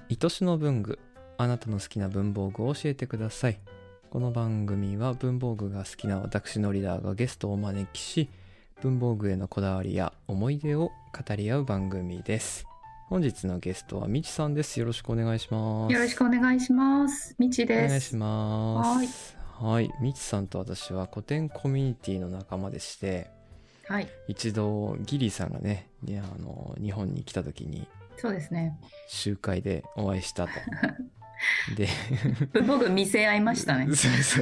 愛しの文具、あなたの好きな文房具を教えてください。この番組は文房具が好きな私のリーダーがゲストをお招きし、文房具へのこだわりや思い出を語り合う番組です。本日のゲストはみちさんです。よろしくお願いします。 よろしくお願いします。みちです。 お願いします。はい、みちさんと私は古典コミュニティの仲間でして、 はい、 一度ギリさんがね、日本に来た時に、 そうですね、 集会でお会いしたと。で文房具見せ合いましたね。 そう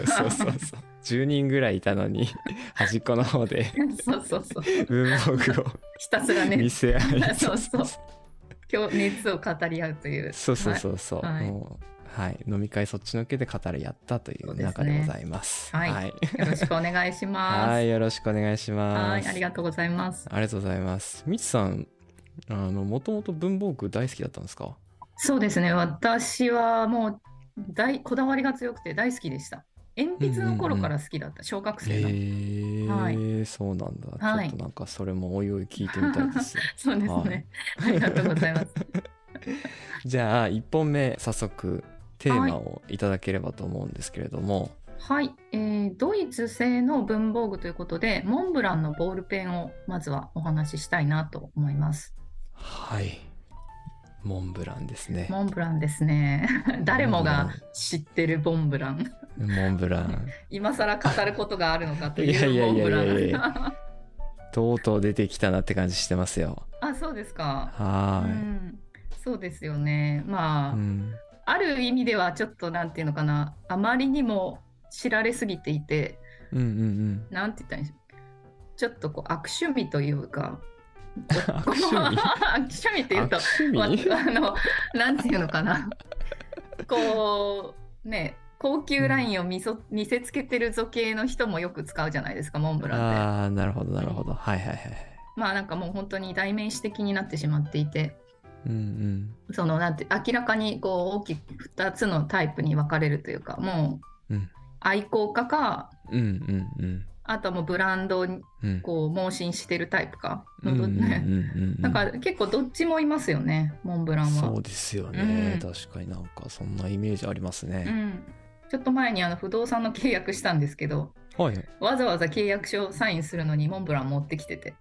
10人ぐらいいたのに端っこの方でそう文房具をひたすらね見せ合いそう今日熱を語り合うというそう、 はい、 もう、はい、飲み会そっちのけで語り合ったという中でございます。 はい、よろしくお願いします。 はい、よろしくお願いします。 はい、ありがとうございます。 ありがとうございます。みちさん、もともと文房具大好きだったんですか？ そうですね、私はもうこだわりが強くて大好きでした。鉛筆の頃から好きだった、小学生の。はい、 そうなんだ、 はい、 ちょっとなんかそれもおいおい聞いてみたいです。 そうですね、はい、ありがとうございます。 じゃあ1本目早速テーマをいただければと思うんですけれども、 はい、ドイツ製の文房具ということでモンブランのボールペンをまずはお話ししたいなと思います。 はい、モンブランですね。 モンブランですね。誰もが知ってるモンブラン。 モンブラン。 今更語ることがあるのかというモンブラン。 とうとう出てきたなって感じしてますよ。 あ、そうですか。 はい、 そうですよね。まあ、ある意味ではちょっとなんていうのかな、あまりにも知られすぎていて、なんて言ったらいいんでしょう。ちょっとこう悪趣味というか。 悪趣味って言うとなんていうのかな、こうね、高級ラインを見せつけてる造形の人もよく使うじゃないですか、モンブランって。 ああ、なるほど、はい。 まあなんかもう本当に代名詞的になってしまっていて、そのなんて明らかにこう大きく2つのタイプに分かれるというか、もう愛好家か、あとはもうブランドにこう盲信してるタイプか、なんか結構どっちもいますよね、モンブランは。 そうですよね、確かになんかそんなイメージありますね。 ちょっと前に不動産の契約したんですけど、わざわざ契約書サインするのにモンブラン持ってきてて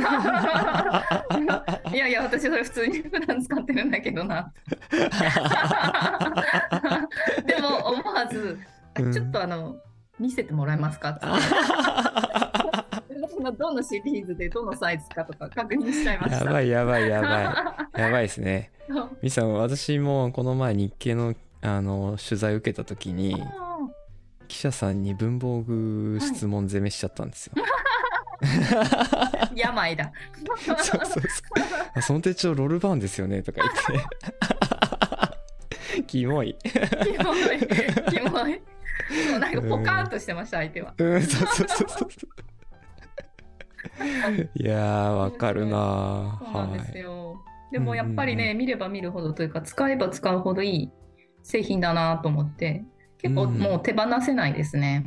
いや私それ普通に普段使ってるんだけどなでも思わずちょっと見せてもらえますかってどのシリーズでどのサイズかとか確認しちゃいました。 やばいですね。みさん、私もこの前日経の取材を受けた時に記者さんに文房具質問攻めしちゃったんですよ。 病だ。 そうその手帳ロールバーンですよねとか言ってキモいそうなんかポカーンとしてました、相手は。 そういやー、わかるな。 そうなんですよ。でもやっぱりね、見れば見るほどというか使えば使うほどいい製品だなと思って結構もう手放せないですね。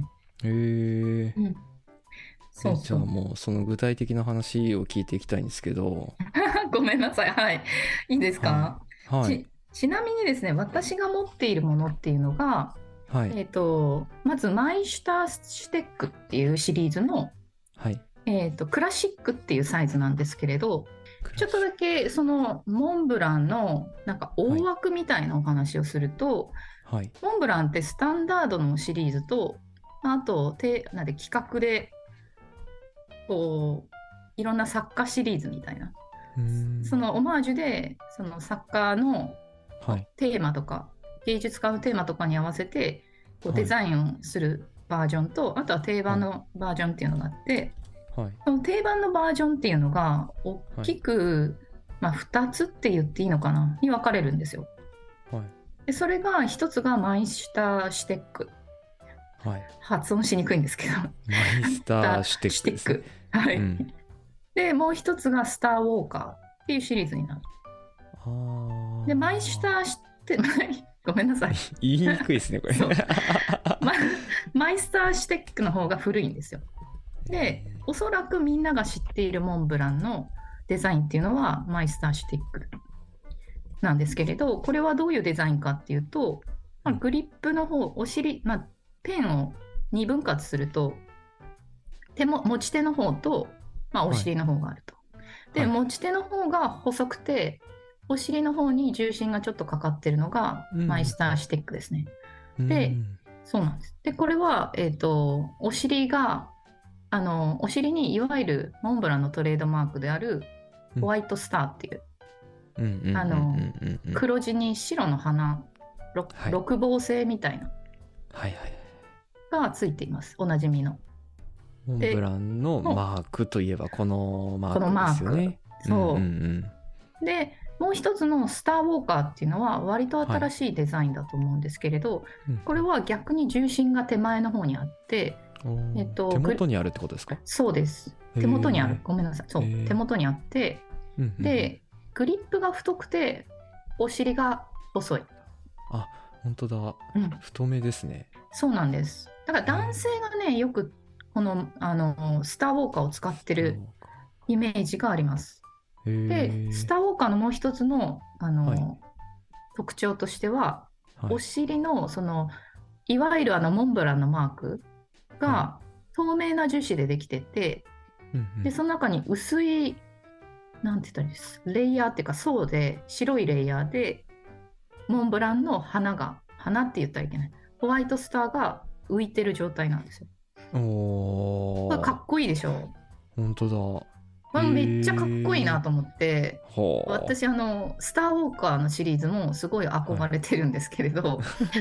じゃあもうその具体的な話を聞いていきたいんですけどごめんなさい、はい、いいですか？ちなみにですね、私が持っているものっていうのが、まずマイシュターシュテックっていうシリーズの、クラシックっていうサイズなんですけれど、ちょっとだけそのモンブランのなんか大枠みたいなお話をすると、モンブランってスタンダードのシリーズと、あとなんで企画でこういろんな作家シリーズみたいな、そのオマージュでその作家のテーマとか、芸術家のテーマとかに合わせてこうデザインをするバージョンと、あとは定番のバージョンっていうのがあって、その定番のバージョンっていうのが大きく、2つって言っていいのかなに分かれるんですよ。でそれが一つがマイシュターシュテック、発音しにくいんですけどマイスターシュテックですね。 でもう一つがスターウォーカーっていうシリーズになる。でマイシュターシュテックごめんなさい言いにくいですねこれマイスターシュテックの方が古いんですよ。でおそらくみんなが知っているモンブランのデザインっていうのはマイスターシュテックなんですけれど、これはどういうデザインかっていうと、グリップの方、お尻、ペンを2分割すると、持ち手の方と、お尻の方があると。で、持ち手の方が細くて、お尻の方に重心がちょっとかかってるのが、マイスターシュテックですね。で、そうなんです。で、これは、お尻が、お尻にいわゆるモンブランのトレードマークであるホワイトスターっていう、黒地に白の花、六芒星みたいな、がついています。おなじみの。 モンブランのマークといえばこのマークですよね。 そう。で、もう一つのスターウォーカーっていうのは割と新しいデザインだと思うんですけれど、これは逆に重心が手前の方にあって、 手元にあるってことですか？ そうです。手元にある。ごめんなさい。そう、手元にあって、で、グリップが太くて、お尻が細い。 あ、本当だ。太めですね。 そうなんです。だから男性がね、よくこの、スターウォーカーを使ってるイメージがあります。で、スターウォーカーのもう一つの、特徴としては、お尻のいわゆるモンブランのマークが透明な樹脂でできてて、でその中に薄いなんて言ったらいいです、レイヤーっていうか層で、白いレイヤーでモンブランの花って言ったらいけない、ホワイトスターが浮いてる状態なんですよ。これかっこいいでしょ？ 本当だ。 これめっちゃかっこいいなと思って、私スターウォーカーのシリーズもすごい憧れてるんですけれど、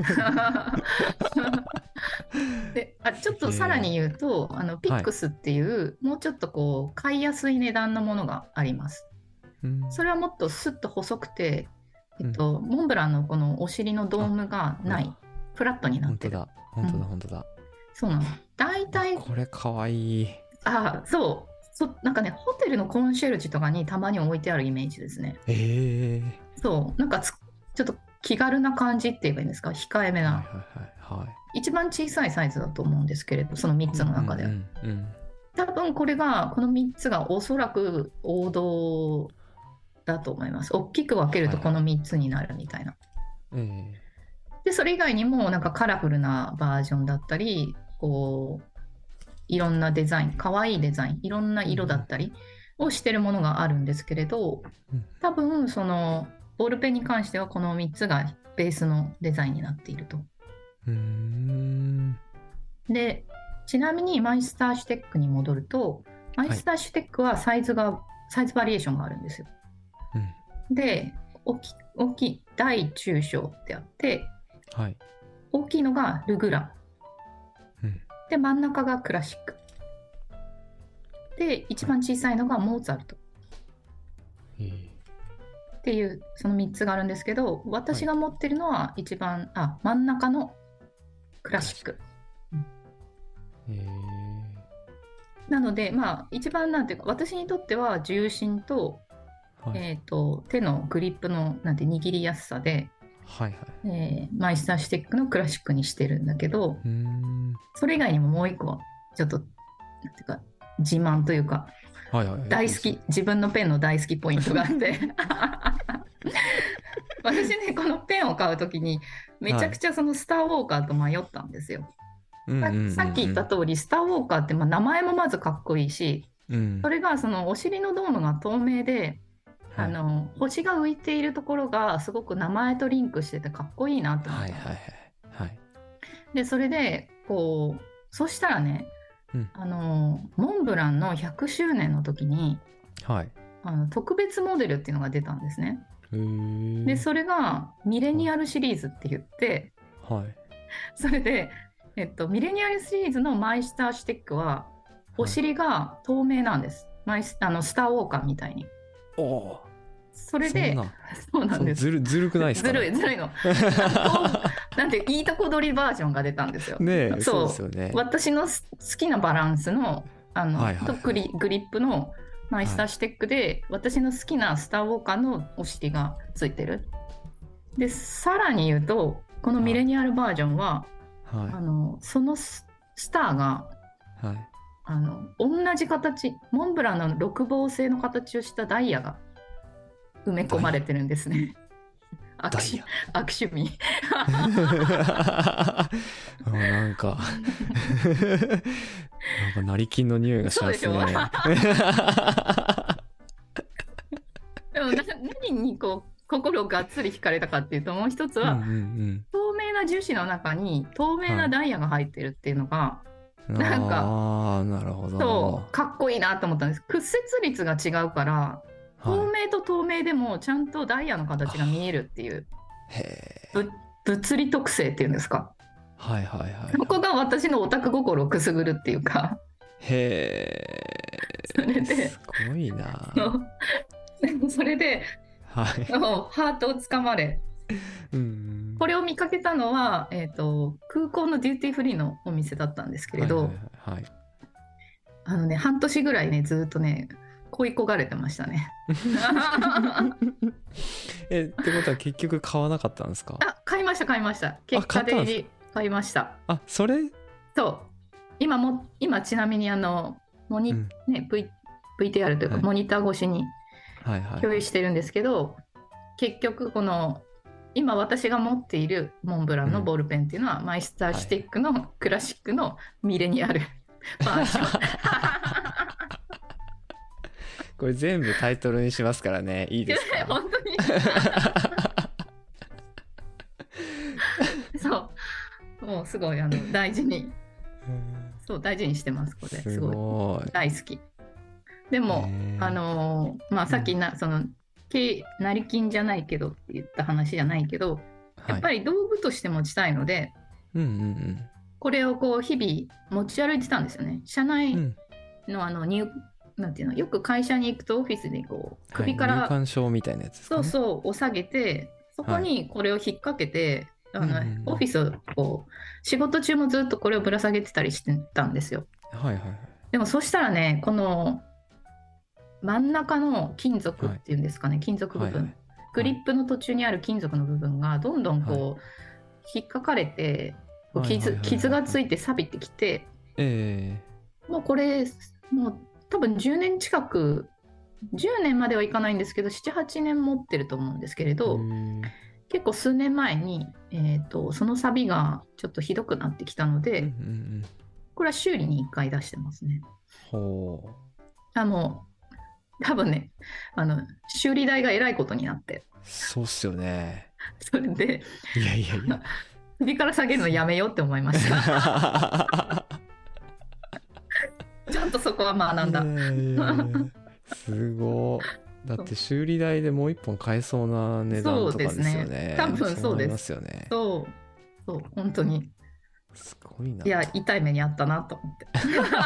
でちょっとさらに言うとピックスっていう、もうちょっとこう買いやすい値段のものがあります。それはもっとスッと細くて、モンブランのこのお尻のドームがないフラットになってる。 本当だ。そうなの。大体これかわいい。 なんかね、ホテルのコンシェルジュとかにたまに置いてあるイメージですね。そうなんかちょっと気軽な感じって言えばいいんですか、控えめな、一番小さいサイズだと思うんですけれど、その3つの中では、多分この3つがおそらく王道だと思います。大きく分けるとこの3つになるみたいな、でそれ以外にもなんかカラフルなバージョンだったり、こういろんなデザイン、かわいいデザイン、いろんな色だったりをしてるものがあるんですけれど、多分そのボールペンに関してはこの3つがベースのデザインになっていると。で、ちなみにマイスターシュテックに戻ると、マイスターシュテックはサイズバリエーションがあるんですよ。で、大きい大中小ってあって、大きいのがルグラン、で真ん中がクラシックで、一番小さいのがモーツァルトっていうその3つがあるんですけど、私が持ってるのは一番真ん中のクラシック、なので一番なんていうか、私にとっては重心と、手のグリップのなんて握りやすさで、マイスターシュテックのクラシックにしてるんだけど、それ以外にももう一個ちょっとなんていうか自慢というか、大好き、自分のペンの大好きポイントがあって私ね、このペンを買うときにめちゃくちゃそのスターウォーカーと迷ったんですよ。さっき言った通り、スターウォーカーって名前もまずかっこいいし、それがそのお尻のドームが透明で、星が浮いているところがすごく名前とリンクしててかっこいいなと思った。でそれでそしたらね、モンブランの100周年の時に、特別モデルっていうのが出たんですね。でそれがミレニアルシリーズって言って、それで、ミレニアルシリーズのマイスターシュテックはお尻が透明なんです、スターウォーカーみたいに。それでそうなんです。 ずるくないですか？ずるいのなんていいとこ取りバージョンが出たんですよ。そうですよね。私の好きなバランスのグリップのマイスターシュテックで、私の好きなスターウォーカーのお尻がついてる。でさらに言うと、このミレニアルバージョンは、そのスターが、同じ形、モンブランの六芒星の形をしたダイヤが埋め込まれてるんですね。 悪趣味なんか成金の匂いがしますね。 でも何にこう心をがっつり惹かれたかっていうと、もう一つは、透明な樹脂の中に透明なダイヤが入ってるっていうのが、なんかなるほど、 そうかっこいいなと思ったんです。屈折率が違うから、透明と透明でもちゃんとダイヤの形が見えるっていう、物理特性っていうんですか。 はいはいはい。 そこが私のオタク心をくすぐるっていうか。 へえ。それで。 すごいな。 それで、ハートをつかまれ。これを見かけたのは、空港のデューティーフリーのお店だったんですけれど、半年ぐらいね、ずっとね、恋焦がれてましたね。 ってことは結局買わなかったんですか？ 買いました。結果的に買いました。 それ？そう。 今ちなみにVTR というかモニター越しに共有してるんですけど、結局この今私が持っているモンブランのボールペンっていうのは、マイスターシュティックのクラシックのミレニアルバージョン。 これ全部タイトルにしますからね。いいですか？ 本当にそうもうすごい大事にしてます。これすごい大好き。でもさっき成金じゃないけどって言った話じゃないけど、やっぱり道具として持ちたいので、これをこう日々持ち歩いてたんですよね。社内のなんていうの、よく会社に行くとオフィスでこう首から、 入館証みたいなやつですかね。 そう下げて、そこにこれを引っ掛けて、オフィスをこう仕事中もずっとこれをぶら下げてたりしてたんですよ。でもそしたらね、この真ん中の金属っていうんですかね、金属部分、グリップの途中にある金属の部分がどんどんこう、引っかかれて傷がついて錆びてきて、もうこれもう多分10年近く、10年まではいかないんですけど 7,8 年持ってると思うんですけれど、結構数年前に、その錆がちょっとひどくなってきたので、これは修理に1回出してますね。多分ね、修理代がえらいことになって。 そうっすよね。 それでいや首から下げるのやめようって思いましたちゃんとそこは学んだ。 すごい。だって修理代でもう一本買えそうな値段とかですよね。 多分そうです。 ますよね。 そう本当にすごいな。 いや痛い目にあったなと思って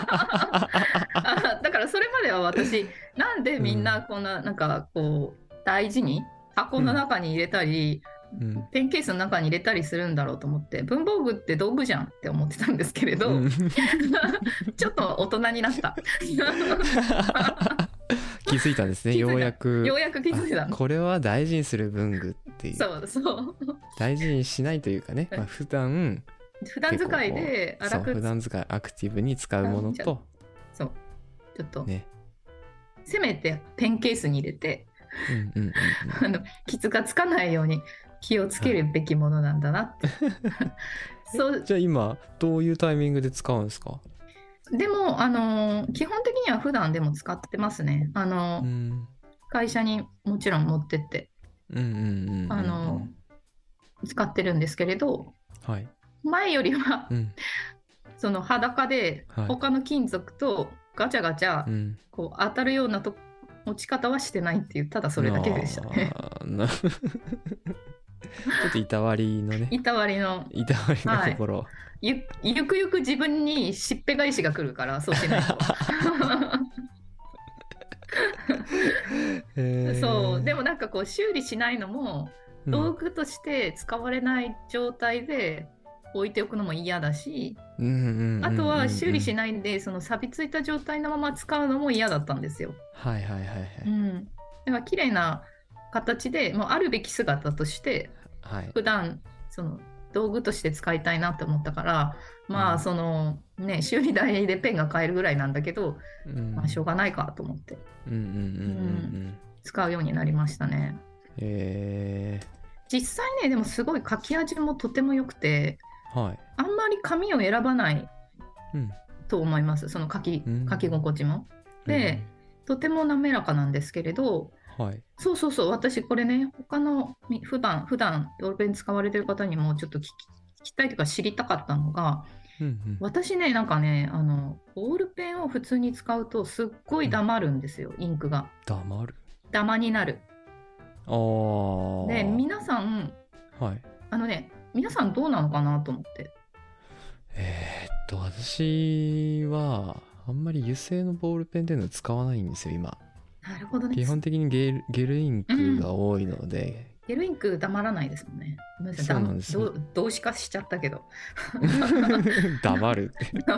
だからそれまでは私なんでみんなこんななんかこう大事に箱の中に入れたり、ペンケースの中に入れたりするんだろうと思って、文房具って道具じゃんって思ってたんですけれど、ちょっと大人になった気づいたんですね。ようやく気づいた。 これは大事にする文具っていう。 そう大事にしないというかね、普段使いで普段使いアクティブに使うものと、 ちょっとね、せめてペンケースに入れて傷がつかないように気をつけるべきものなんだなってじゃあ今どういうタイミングで使うんですか？ でも基本的には普段でも使ってますね。会社にもちろん持ってって使ってるんですけれど、前よりは、その裸で他の金属とガチャガチャこう当たるような持ち方はしてないっていう、ただそれだけでしたね。 ちょっといたわりのね。 いたわりのところ。 ゆくゆく自分にしっぺ返しが来るから、そうしないと。そうでもなんかこう修理しないのも道具として使われない状態で置いておくのも嫌だし、あとは修理しないんでその錆びついた状態のまま使うのも嫌だったんですよ。だから綺麗な形でもうあるべき姿として、普段その道具として使いたいなって思ったから、そのね修理代でペンが買えるぐらいなんだけど、しょうがないかと思って使うようになりましたね。 実際ね、でもすごい書き味もとても良くて、 はい、 あんまり紙を選ばないと思います、その書き心地も。で、とても滑らかなんですけれど、 はい、 そうそうそう、私これね、他の普段ボールペン使われてる方にもちょっと聞きたいというか知りたかったのが、私ね、なんかね、ボールペンを普通に使うとすっごいダマるんですよ、インクが。ダマになる。で、皆さん、 はい、 皆さんどうなのかなと思って。 私はあんまり油性のボールペンっていうのを使わないんですよ、今。 なるほどね。 基本的にゲルインクが多いので、 ゲルインクダマらないですもんね。ごめんなさい。 そうなんです。 動詞化しちゃったけど。 黙る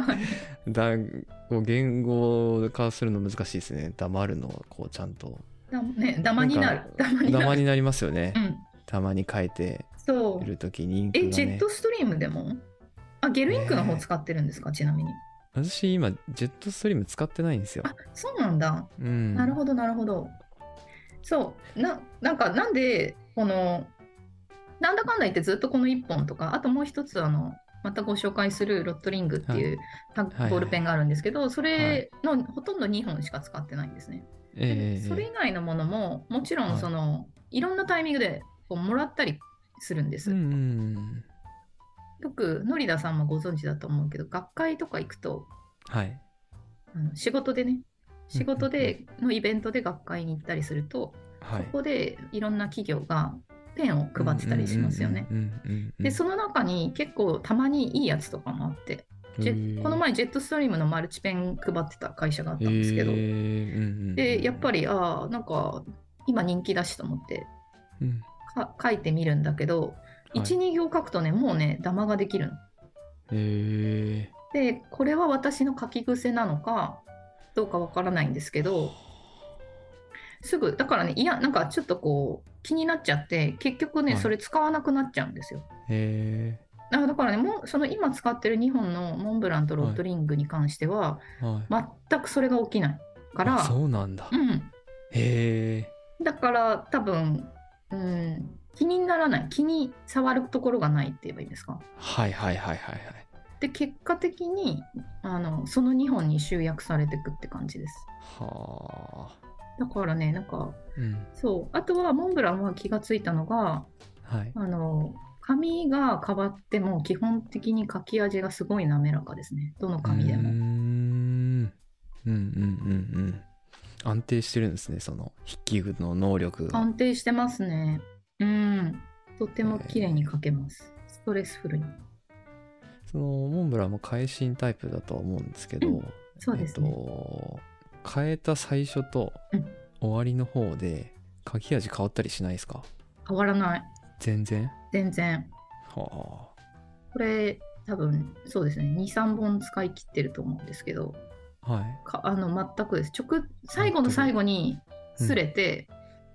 言語化するの難しいですね。黙るのはこうちゃんと。 ダマになる。 ダマになりますよね。 うん、 たまに書いているときにインクがね。 ジェットストリームでもゲルインクの方使ってるんですか、ちなみに。 私今ジェットストリーム使ってないんですよ。 そうなんだ。なるほどなるほど。そうなんでなんだかんだ言ってずっとこの1本とか、あともう一つまたご紹介するロットリングっていう、ボールペンがあるんですけど、それのほとんど2本しか使ってないんですね。それ以外のものももちろんいろんなタイミングでこうもらったりするんです。よくノリダさんもご存知だと思うけど、学会とか行くと、仕事でのイベントで学会に行ったりすると、そこでいろんな企業がペンを配ってたりしますよね。で、その中に結構たまにいいやつとかもあって、この前ジェットストリームのマルチペン配ってた会社があったんですけど、でやっぱりなんか今人気だしと思って、書いてみるんだけど、1、2行書くとね、もうねダマができるの。でこれは私の書き癖なのかどうかわからないんですけど、すぐだからね、なんかちょっとこう気になっちゃって結局ね、それ使わなくなっちゃうんですよ。だからね、その今使ってる2本のモンブランとロットリングに関しては、全くそれが起きないから。 そうなんだ。 だから多分、気にならない、気に触るところがないって言えばいいんですか。で結果的にその2本に集約されていくって感じです。だからね、なんか、そう、あとはモンブランは気がついたのが、紙が変わっても基本的に書き味がすごい滑らかですね、どの紙でも。 安定してるんですね、その筆記具の能力が。 安定してますね。とても綺麗に書けます。ストレスフルに。 そのモンブランも返信タイプだとは思うんですけど、 そうですね。 変えた最初と終わりの方で書き味変わったりしないですか？ 変わらない。 全然。 これ多分そうですね、2、3本使い切ってると思うんですけど、全くです。最後の最後に擦れて、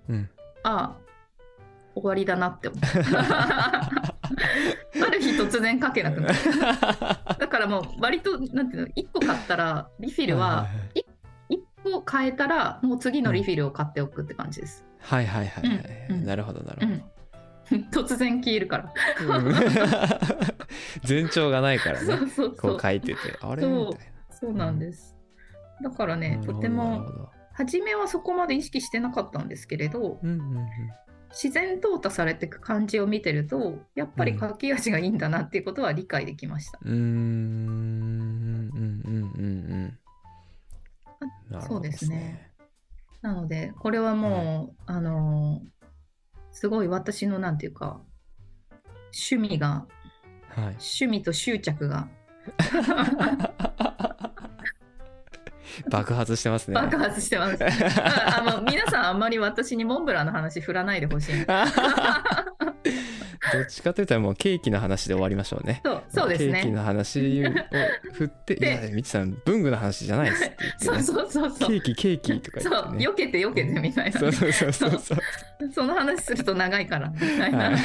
終わりだなって思う。ある日突然書けなくなる。だからもう割となんていうの、1個買ったらリフィルは1個変えたらもう次のリフィルを買っておくって感じです。 なるほどなるほど。 突然消えるから前兆がないからね。こう書いててあれみたいな。 そうなんです。だからね、とても初めはそこまで意識してなかったんですけれど、自然淘汰されていく感じを見てると、やっぱり書き味がいいんだなっていうことは理解できました。そうですね。なのでこれはもう、すごい私のなんていうか趣味と執着が爆発してますね。 爆発してます。皆さんあんまり私にモンブランの話振らないでほしい。 どっちかというともうケーキの話で終わりましょうね。 そうですね。 ケーキの話を振っていやみちさん文具の話じゃないですって言って、ね、 そうケーキとか言って、ね、 避けてみたいな、その話すると長いからみたいな。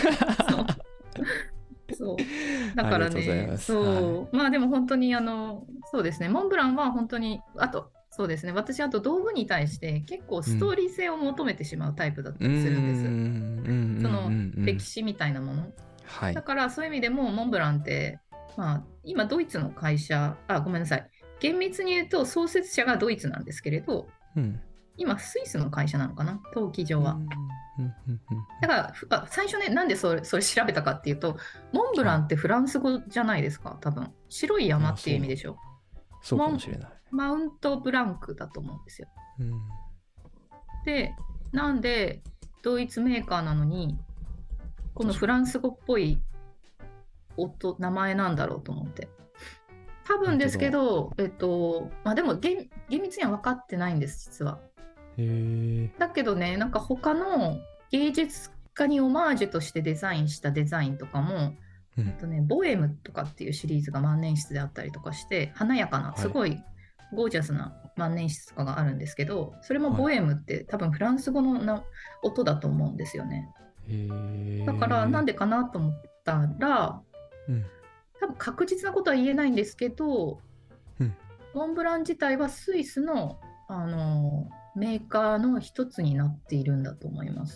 そうだからね、まあでも本当にそうですね、モンブランは本当に、あとそうですね。私、あと道具に対して結構ストーリー性を求めてしまうタイプだったりするんです。その歴史みたいなもの。はい、だからそういう意味でもモンブランって、まあ、今ドイツの会社、ごめんなさい。厳密に言うと創設者がドイツなんですけれど、今スイスの会社なのかな、登記上は。だから最初ね、なんでそれ調べたかっていうと、モンブランってフランス語じゃないですか、多分。白い山っていう意味でしょ。 そうかもしれない。 マウントブランクだと思うんですよ。で、なんでドイツメーカーなのにこのフランス語っぽい名前なんだろうと思って。多分ですけど、まあ、でも厳密には分かってないんです、実は。だけどね、なんか他の芸術家にオマージュとしてデザインしたデザインとかも、ボエムとかっていうシリーズが万年筆であったりとかして、華やかな、すごいゴージャスな万年筆とかがあるんですけど、それもボエムって多分フランス語の音だと思うんですよね。だからなんでかなと思ったら、多分確実なことは言えないんですけど、モンブラン自体はスイスの、メーカーの一つになっているんだと思います。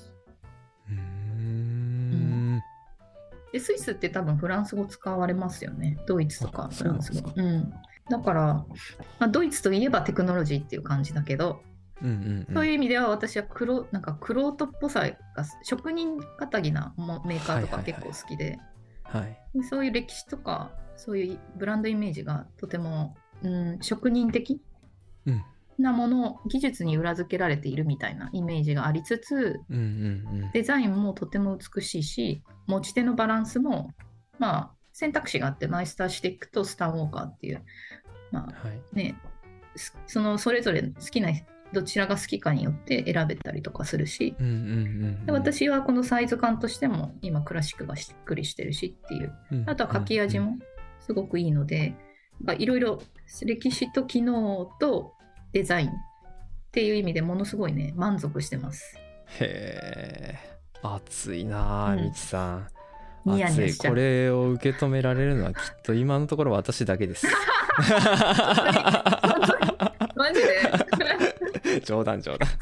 でスイスって多分フランス語使われますよね。ドイツとかフランス語。だから、まあ、ドイツといえばテクノロジーっていう感じだけど、そういう意味では私はなんかクロートっぽさが職人かたぎなメーカーとか結構好きで、そういう歴史とかそういうブランドイメージがとても、職人的なもの、技術に裏付けられているみたいなイメージがありつつ、デザインもとても美しいし、持ち手のバランスも、まあ、選択肢があって、マイスターシティックとスターウォーカーっていう、まあね、それぞれ好きなどちらが好きかによって選べたりとかするし、で私はこのサイズ感としても今クラシックがしっくりしてるしっていう、あとは書き味もすごくいいので、いろいろ歴史と機能とデザインっていう意味でものすごいね満足してます。 へー、熱いなあ、みちさん。 ニヤニヤしちゃう。 これを受け止められるのはきっと今のところ私だけです。 マジで冗談。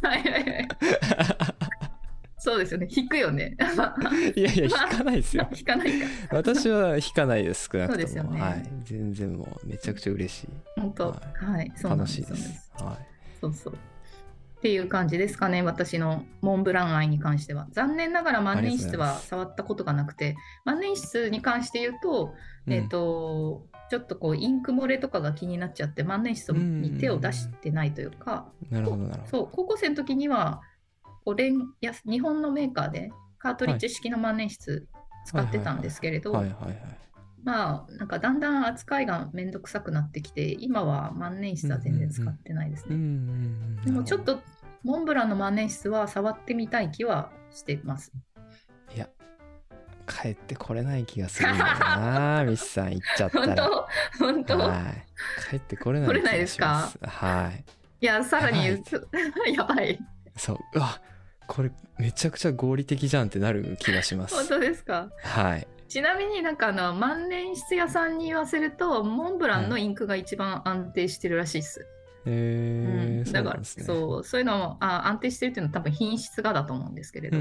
そうですよね。引くよね。 いや引かないですよ。 引かないか。 私は引かないです、少なくとも。そうですよね。はい、全然もうめちゃくちゃ嬉しい。 本当、はい、そうなんです。 楽しいです。はい。 そう。っていう感じですかね、私のモンブラン愛に関しては。残念ながら万年筆は触ったことがなくて、万年筆に関して言うと、ちょっとこうインク漏れとかが気になっちゃって万年筆に手を出してないというか、 なるほど。 そう高校生の時には日本のメーカーでカートリッジ式の万年筆使ってたんですけれど、まあなんかだんだん扱いがめんどくさくなってきて、今は万年筆は全然使ってないですね。でもちょっとモンブランの万年筆は触ってみたい気はしてます。 いや、帰ってこれない気がするんだよな。ミスさん言っちゃったら。 本当。 帰ってこれない気がします。 ですか？ はい。 いや、さらにやばい。 そう、うわ、これめちゃくちゃ合理的じゃんってなる気がします。 本当ですか？はい。ちなみになんか万年筆屋さんに言わせるとモンブランのインクが一番安定してるらしいです。だからそういうのも安定してるっていうのは多分品質がだと思うんですけれど、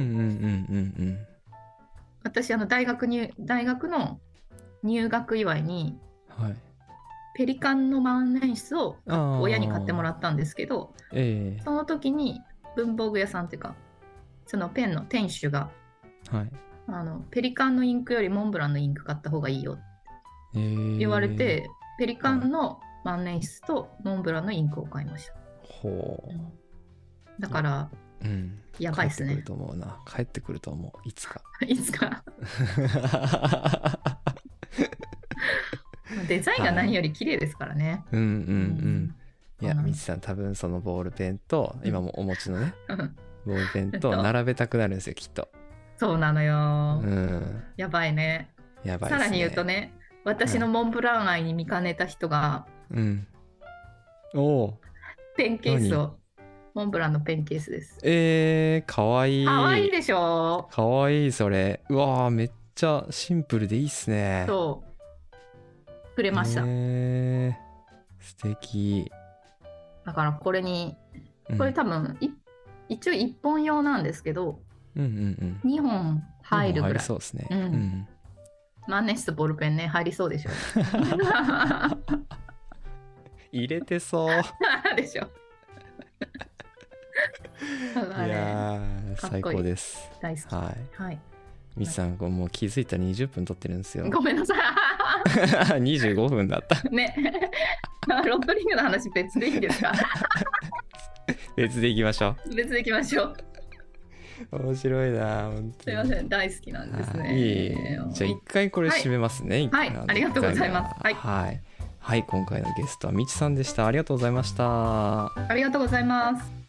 私大学の入学祝いに、ペリカンの万年筆を親に買ってもらったんですけど、その時に文房具屋さんっていうかそのペンの店主が、ペリカンのインクよりモンブランのインク買った方がいいよって言われて、ペリカンの万年筆とモンブランのインクを買いました。だから、やばいっすね。 帰ってくると思う。いつか。 いつか。デザインが何より綺麗ですからね。 いや、みちさん多分そのボールペンと今もお持ちのねボールペンと並べたくなるんですよ、きっと。 そうなのよ。やばいね。さらに言うとね、私のモンブラン愛に見かねた人が、ペンケースを、モンブランのペンケースです。 かわいい。 かわいいでしょ。 かわいい、それ。うわー、めっちゃシンプルでいいっすね。 そうくれました。 素敵。 だからこれ多分一応1本用なんですけど、2本入るぐらい。 入りそうですね。 万年筆とボールペンね、入りそうでしょ。 入れてそうでしょ。 いや最高です。 大好き。はい。 みつさん、もう気づいたら20分撮ってるんですよ。 ごめんなさい。 25分だった。 ね。ロットリングの話別でいいですか？ 別でいきましょう。別でいきましょう。 面白いな、本当に。 すいません、大好きなんですね。 いい。じゃあ一回これ締めますね。 はい、ありがとうございます。 はい、今回のゲストはみちさんでした。ありがとうございました。 ありがとうございます。